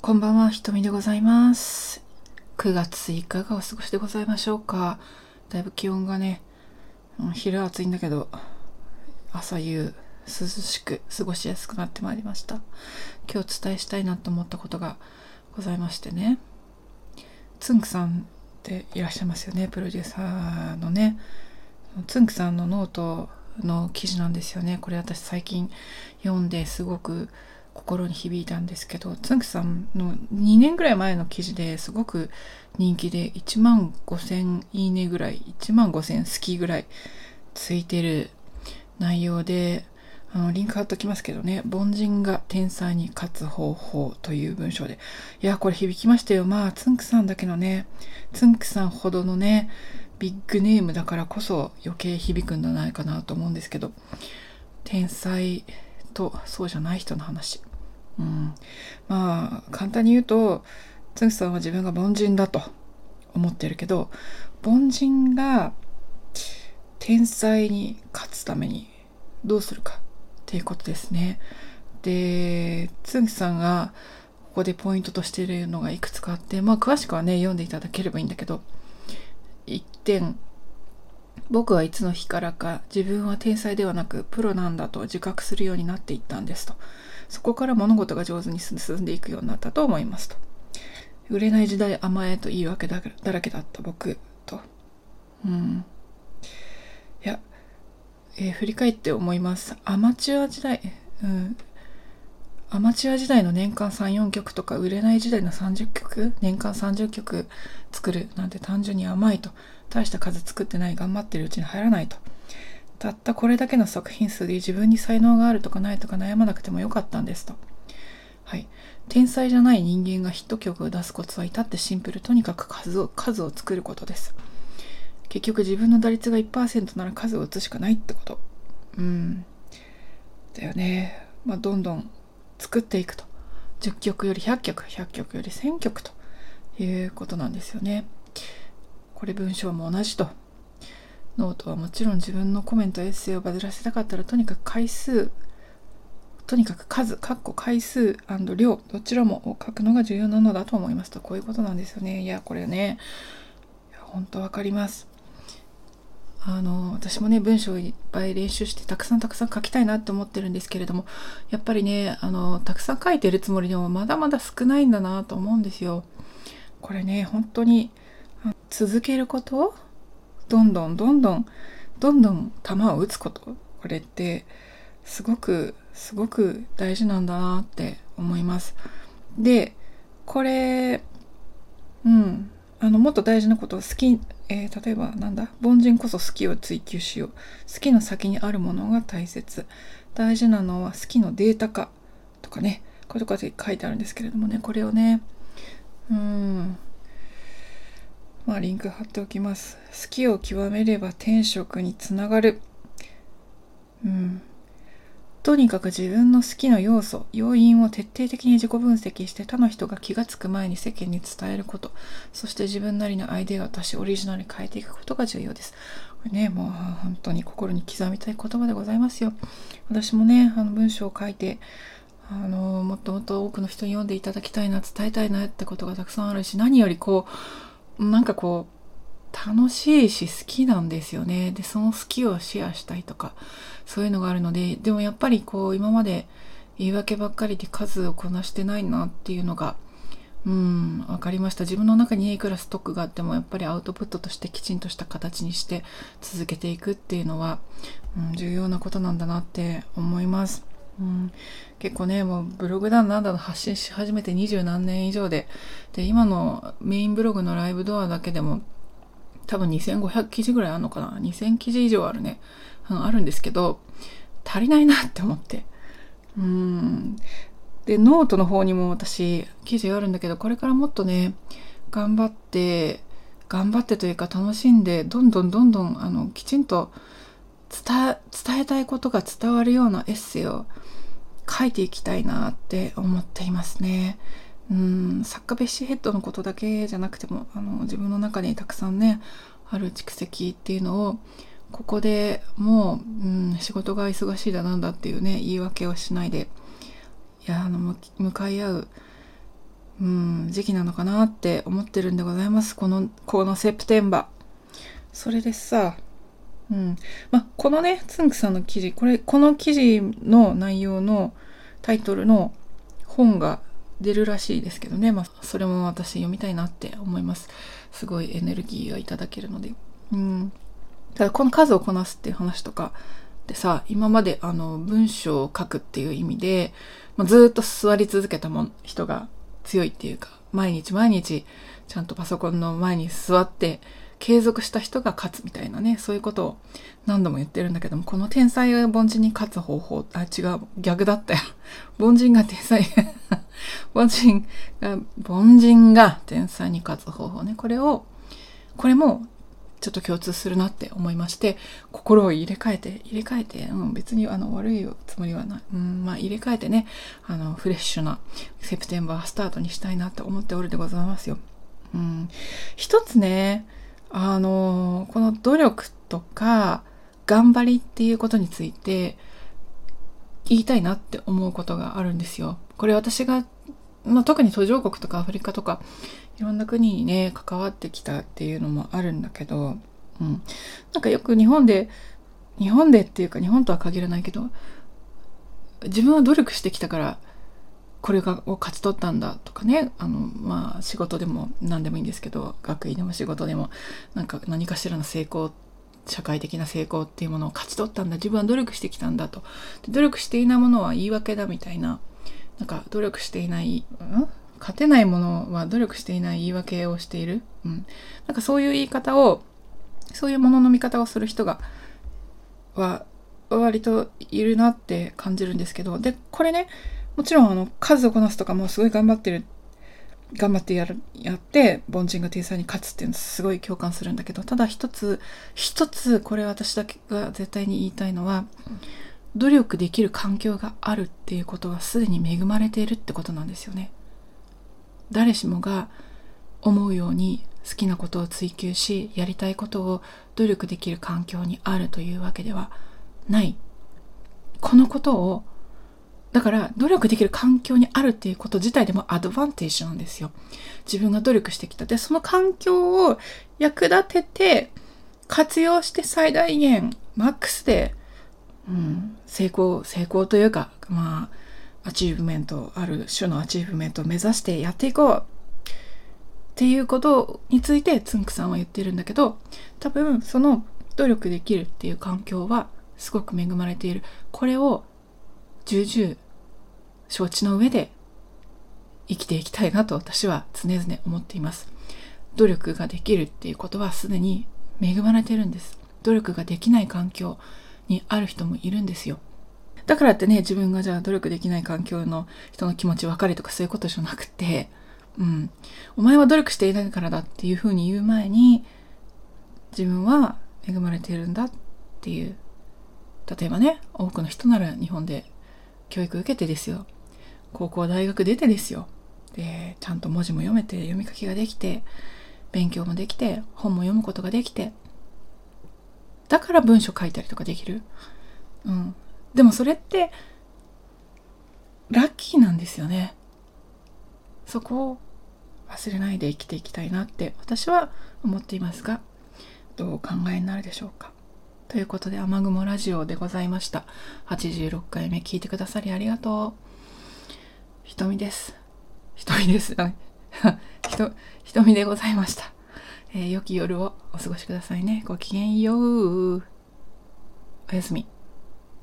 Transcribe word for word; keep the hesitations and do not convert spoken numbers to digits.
こんばんは、ひとみでございます。くがついかがお過ごしでございましょうか。だいぶ気温がね、昼は暑いんだけど、朝夕涼しく過ごしやすくなってまいりました。今日お伝えしたいなと思ったことがございましてね。つんくさんっていらっしゃいますよね、プロデューサーのね。つんくさんのノートの記事なんですよね。これ私最近読んですごく心に響いたんですけど、つんくさんのにねんぐらい前の記事ですごく人気でいちまんごせんいいねぐらい、いちまんごせん好きぐらいついてる内容で、あのリンク貼っときますけどね、凡人が天才に勝つ方法という文章で、いやこれ響きましたよ。まあつんくさんだけのね、つんくさんほどのねビッグネームだからこそ余計響くんじゃないかなと思うんですけど、天才とそうじゃない人の話、うん、まあ簡単に言うと、つんくさんは自分が凡人だと思ってるけど、凡人が天才に勝つためにどうするかっていうことですね。で、つんくさんがここでポイントとしているのがいくつかあって、まあ詳しくはね読んでいただければいいんだけど、いってん、僕はいつの日からか自分は天才ではなくプロなんだと自覚するようになっていったんですと。そこから物事が上手に進んでいくようになったと思いますと。売れない時代甘えと言い訳だらけだった僕と。うん。いや、えー、振り返って思います。アマチュア時代、うん。アマチュア時代の年間さん、よんきょくとか、売れない時代のさんじゅっきょく、年間さんじゅっきょく作るなんて単純に甘いと。大した数作ってない、頑張ってるうちに入らないと。たったこれだけの作品数で自分に才能があるとかないとか悩まなくてもよかったんですと。はい。天才じゃない人間がヒット曲を出すコツは至ってシンプル。とにかく数を、数を作ることです。結局自分の打率が いちパーセント なら数を打つしかないってこと。うん。だよね。まあ、どんどん作っていくと。じゅっきょくよりひゃっきょく、ひゃっきょくよりせんきょくということなんですよね。これ文章も同じと。ノートはもちろん自分のコメントエッセイをバズらせたかったらとにかく回数、とにかく数、かっこ回数&量、どちらもを書くのが重要なのだと思いますと。こういうことなんですよね。いや、これね、本当わかります。あの、私もね、文章をいっぱい練習してたくさんたくさん書きたいなって思ってるんですけれども、やっぱりね、あの、たくさん書いてるつもりでもまだまだ少ないんだなと思うんですよ。これね、本当に続けること、どんどんどんどんどんどん球を打つこと、これってすごくすごく大事なんだなって思います。で、これ、うん、あのもっと大事なことを好き、えー、例えばなんだ、凡人こそ好きを追求しよう。好きの先にあるものが大切。大事なのは好きのデータ化とかね、こういうところで書いてあるんですけれどもね、これをね、うん。まあリンク貼っておきます。好きを極めれば天職につながる。うん。とにかく自分の好きな要素、要因を徹底的に自己分析して他の人が気がつく前に世間に伝えること、そして自分なりのアイデアを足しオリジナルに変えていくことが重要です。これね、もう本当に心に刻みたい言葉でございますよ。私もね、あの文章を書いて、あのもっともっと多くの人に読んでいただきたいな、伝えたいなってことがたくさんあるし、何よりこうなんかこう楽しいし好きなんですよね。でその好きをシェアしたいとかそういうのがあるので、でもやっぱりこう今まで言い訳ばっかりで数をこなしてないなっていうのがうん分かりました。自分の中にいくらストックがあってもやっぱりアウトプットとしてきちんとした形にして続けていくっていうのは、うん、重要なことなんだなって思います。うん、結構ね、もうブログだなんだの発信し始めて二十何年以上で、で、今のメインブログのライブドアだけでも多分にせんごひゃく記事ぐらいあるのかな ?にせん 記事以上あるね。あの、あるんですけど、足りないなって思って。うん。で、ノートの方にも私、記事があるんだけど、これからもっとね、頑張って、頑張ってというか楽しんで、どんどんどんどん、あの、きちんと伝え、伝えたいことが伝わるようなエッセイを書いていきたいなって思っていますね。うん、作家ベッシーヘッドのことだけじゃなくても、あの自分の中にたくさんねある蓄積っていうのをここでもう、うん、仕事が忙しいだなんだっていうね言い訳をしないで、いやあの向かい合ううん時期なのかなって思ってるんでございます。このこのセプテンバー。それでさ、うんまあ、このねつんくさんの記事、これこの記事の内容のタイトルの本が出るらしいですけどね、まあ、それも私読みたいなって思います。すごいエネルギーがいただけるので、うん、ただこの数をこなすっていう話とかでさ、今まであの文章を書くっていう意味で、まあ、ずっと座り続けたもん人が強いっていうか、毎日毎日ちゃんとパソコンの前に座って継続した人が勝つみたいなね、そういうことを何度も言ってるんだけども、この天才が凡人に勝つ方法、あ、違う、逆だったよ。凡人が天才、凡人が、凡人が天才に勝つ方法ね。これを、これもちょっと共通するなって思いまして、心を入れ替えて、入れ替えて、うん、別にあの悪いつもりはない。うん、まあ入れ替えてね、あの、フレッシュなセプテンバースタートにしたいなって思っておるでございますよ。うん。一つね、あのこの努力とか頑張りっていうことについて言いたいなって思うことがあるんですよ。これ私が、まあ、特に途上国とかアフリカとかいろんな国にね関わってきたっていうのもあるんだけど、うん、なんかよく日本で日本でっていうか日本とは限らないけど、自分は努力してきたからこれがを勝ち取ったんだとかね、あのまあ仕事でも何でもいいんですけど、学位でも仕事でもなんか何かしらの成功、社会的な成功っていうものを勝ち取ったんだ、自分は努力してきたんだと、で努力していないものは言い訳だみたいな、なんか努力していない、ん勝てないものは努力していない言い訳をしている、うん、なんかそういう言い方を、そういうものの見方をする人がは割といるなって感じるんですけど、でこれね、もちろんあの数をこなすとかもすごい頑張ってる頑張ってやるやって凡人が天才に勝つっていうのすごい共感するんだけど、ただ一つ一つこれ私だけが絶対に言いたいのは、努力できる環境があるっていうことはすでに恵まれているってことなんですよね。誰しもが思うように好きなことを追求し、やりたいことを努力できる環境にあるというわけではない。このことをだから努力できる環境にあるっていうこと自体でもアドバンテージなんですよ。自分が努力してきた。で、その環境を役立てて活用して最大限マックスで、うん、成功、成功というか、まあ、アチーブメント、ある種のアチーブメントを目指してやっていこうっていうことについてつんくさんは言ってるんだけど、多分その努力できるっていう環境はすごく恵まれている。これを重々承知の上で生きていきたいなと私は常々思っています。努力ができるっていうことはすでに恵まれてるんです。努力ができない環境にある人もいるんですよ。だからってね、自分がじゃあ努力できない環境の人の気持ち分かるとかそういうことじゃなくて、うん、お前は努力していないからだっていうふうに言う前に、自分は恵まれているんだっていう、例えばね、多くの人なら日本で教育受けてですよ、高校大学出てですよ、でちゃんと文字も読めて読み書きができて勉強もできて本も読むことができて、だから文章書いたりとかできる、うん、でもそれってラッキーなんですよね。そこを忘れないで生きていきたいなって私は思っていますが、どうお考えになるでしょうか。ということで、雨雲ラジオでございました。はちじゅうろっかいめ聞いてくださりありがとう。ひとみです。ひとみです。ひと、ひとみでございました。えー、良き夜をお過ごしくださいね。ごきげんよう。おやすみ。